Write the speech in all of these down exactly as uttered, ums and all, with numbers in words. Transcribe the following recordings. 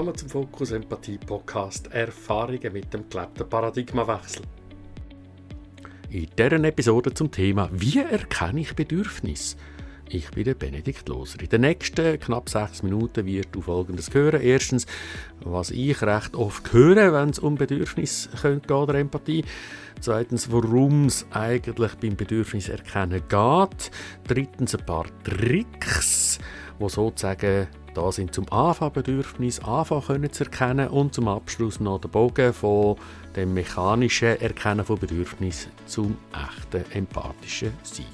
Willkommen zum Fokus Empathie Podcast Erfahrungen mit dem gelebten Paradigmawechsel. In dieser Episode zum Thema Wie erkenne ich Bedürfnisse? Ich bin der Benedikt Loser. In den nächsten knapp sechs Minuten wird du Folgendes hören. Erstens, was ich recht oft höre, wenn es um Bedürfnisse geht oder Empathie. Zweitens, worum es eigentlich beim Bedürfniserkennen geht. Drittens, ein paar Tricks, die sozusagen da sind, zum Anfang Bedürfnis anfangen zu erkennen. Und zum Abschluss noch der Bogen von dem mechanischen Erkennen von Bedürfnissen zum echten empathischen Sein.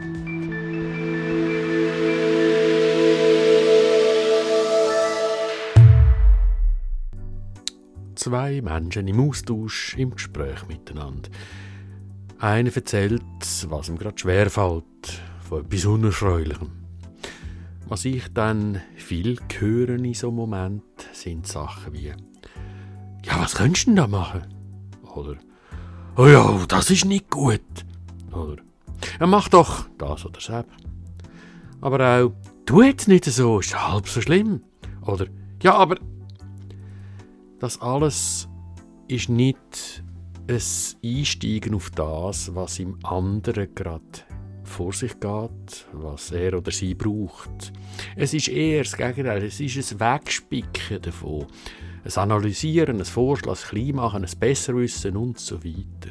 Zwei Menschen im Austausch, im Gespräch miteinander. Einer erzählt, was ihm gerade schwerfällt, von etwas Unerfreulichem. Was ich dann viel höre in so einem Moment, sind Sachen wie «Ja, was könntest du denn da machen?» Oder «Oh ja, das ist nicht gut!» Oder «Ja, mach doch das oder das.» Aber auch «Tu jetzt nicht so, ist halb so schlimm!» Oder «Ja, aber...» Das alles ist nicht ein Einsteigen auf das, was im anderen gerade vor sich geht, was er oder sie braucht. Es ist eher das Gegenteil, es ist ein Wegspicken davon, ein Analysieren, ein Vorschlagen, ein Kleinmachen, ein Besserwissen und so weiter.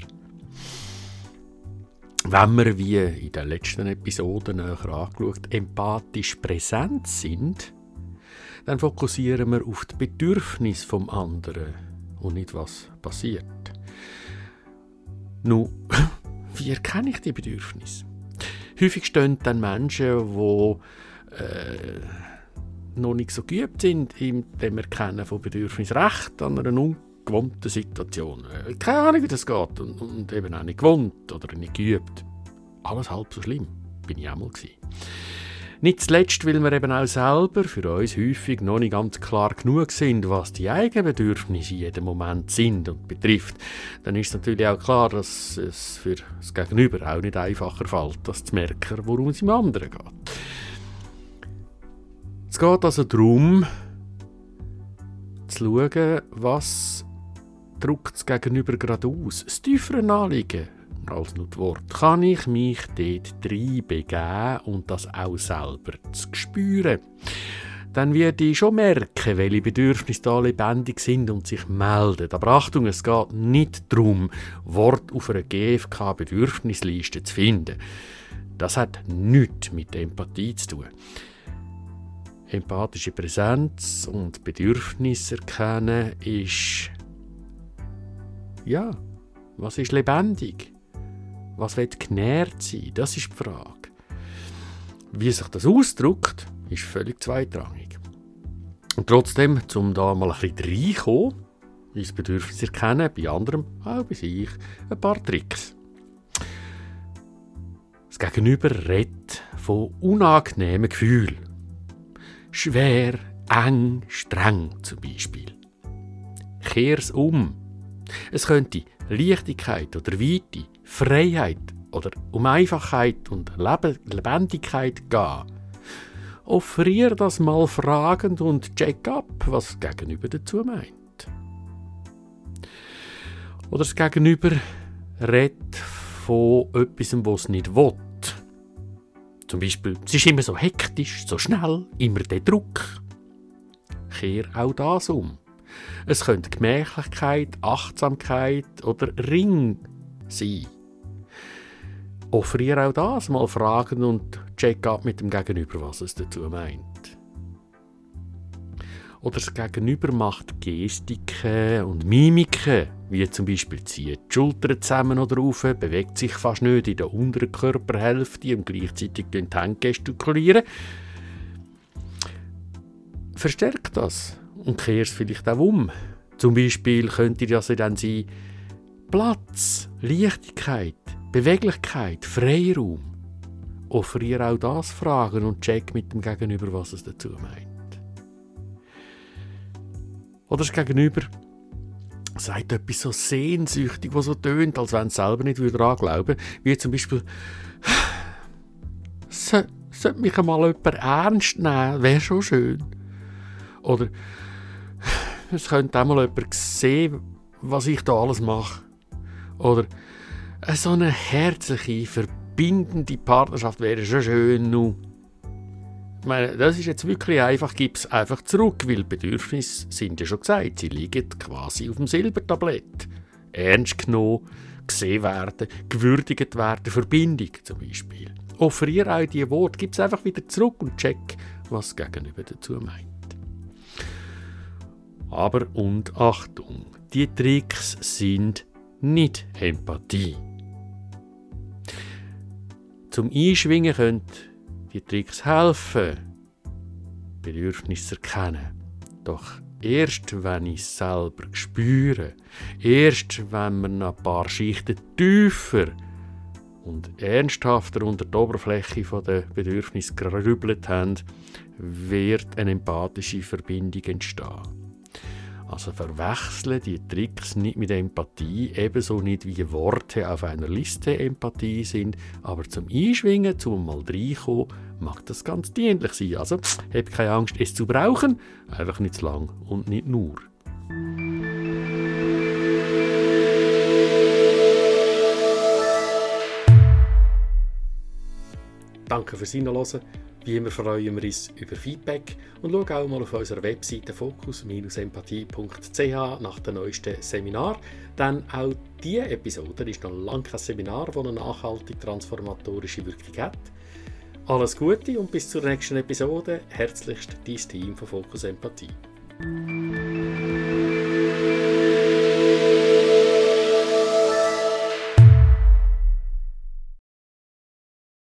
Wenn wir, wie in den letzten Episoden näher angeschaut, empathisch präsent sind, dann fokussieren wir auf die Bedürfnisse des anderen und nicht, was passiert. Nun, wie erkenne ich die Bedürfnisse? Häufig stehen dann Menschen, die äh, noch nicht so geübt sind im dem Erkennen von Bedürfnissen, recht an einer ungewohnten Situation. Äh, keine Ahnung, wie das geht und, und eben auch nicht gewohnt oder nicht geübt. Alles halb so schlimm, bin ich auch mal gewesen. Nicht zuletzt, weil wir eben auch selber für uns häufig noch nicht ganz klar genug sind, was die eigenen Bedürfnisse in jedem Moment sind und betrifft. Dann ist es natürlich auch klar, dass es für das Gegenüber auch nicht einfacher fällt, das zu merken, worum es im anderen geht. Es geht also darum, zu schauen, was drückt das Gegenüber gerade aus. Das tiefere Anliegen als nur das Wort. Kann ich mich dort reinbegeben und das auch selber zu spüren? Dann werde ich schon merken, welche Bedürfnisse da lebendig sind und sich melden. Aber Achtung, es geht nicht darum, Wort auf einer G F K-Bedürfnisliste zu finden. Das hat nichts mit Empathie zu tun. Empathische Präsenz und Bedürfnisse erkennen ist, ja, was ist lebendig? Was will genährt sein? Das ist die Frage. Wie sich das ausdrückt, ist völlig zweitrangig. Und trotzdem, um da mal ein bisschen reinzukommen, ins Bedürfnis erkennen, bei anderem, auch bei sich, ein paar Tricks. Das Gegenüber redet von unangenehmen Gefühlen. Schwer, eng, streng zum Beispiel. Kehr es um. Es könnte Leichtigkeit oder Weite, Freiheit oder um Einfachheit und Lebendigkeit gehen. Offerier das mal fragend und check ab, was das Gegenüber dazu meint. Oder das Gegenüber redet von etwas, was es nicht will. Zum Beispiel, es ist immer so hektisch, so schnell, immer der Druck. Kehr auch das um. Es könnte Gemächlichkeit, Achtsamkeit oder Ring sein. Offeriere auch das mal fragen und check ab mit dem Gegenüber, was es dazu meint. Oder das Gegenüber macht Gestiken und Mimiken, wie zum Beispiel zieht die Schultern zusammen oder rauf, bewegt sich fast nicht in der unteren Körperhälfte und gleichzeitig die Hände gestikulieren. Verstärkt das und kehrt es vielleicht auch um. Zum Beispiel könnte das dann sein Platz, Leichtigkeit, Beweglichkeit, Freiraum. Offeriere auch das Fragen und check mit dem Gegenüber, was es dazu meint. Oder das Gegenüber sagt etwas so sehnsüchtig, was so tönt, als wenn es selber nicht daran glauben würde, wie zum Beispiel «Sollte mich einmal jemand ernst nehmen, wäre schon schön.» Oder es könnte auch mal jemand sehen, was ich da alles mache. Oder so eine herzliche, verbindende Partnerschaft wäre schon schön. Nu. Ich meine, das ist jetzt wirklich einfach, gib es einfach zurück, weil Bedürfnisse sind ja schon gesagt, sie liegen quasi auf dem Silbertablett. Ernst genommen, gesehen werden, gewürdigt werden, Verbindung zum Beispiel. Offeriere auch diese Worte, gib es einfach wieder zurück und check, was das Gegenüber dazu meint. Aber und Achtung, die Tricks sind nicht Empathie. Zum Einschwingen können die Tricks helfen, Bedürfnisse zu erkennen. Doch erst wenn ich es selber spüre, erst wenn wir noch ein paar Schichten tiefer und ernsthafter unter der Oberfläche der Bedürfnisse gerübelt haben, wird eine empathische Verbindung entstehen. Also verwechseln die Tricks nicht mit Empathie, ebenso nicht wie Worte auf einer Liste Empathie sind, aber zum Einschwingen, zum mal reinkommen, mag das ganz dienlich sein. Also habt keine Angst, es zu brauchen, einfach nicht zu lang und nicht nur. Danke fürs Hinhören. Wie immer freuen wir uns über Feedback und schau auch mal auf unserer Webseite fokus empathie punkt c h nach dem neuesten Seminar. Denn auch diese Episode ist noch lange kein Seminar, das eine nachhaltig transformatorische Wirkung hat. Alles Gute und bis zur nächsten Episode. Herzlichst dein Team von Fokus Empathie.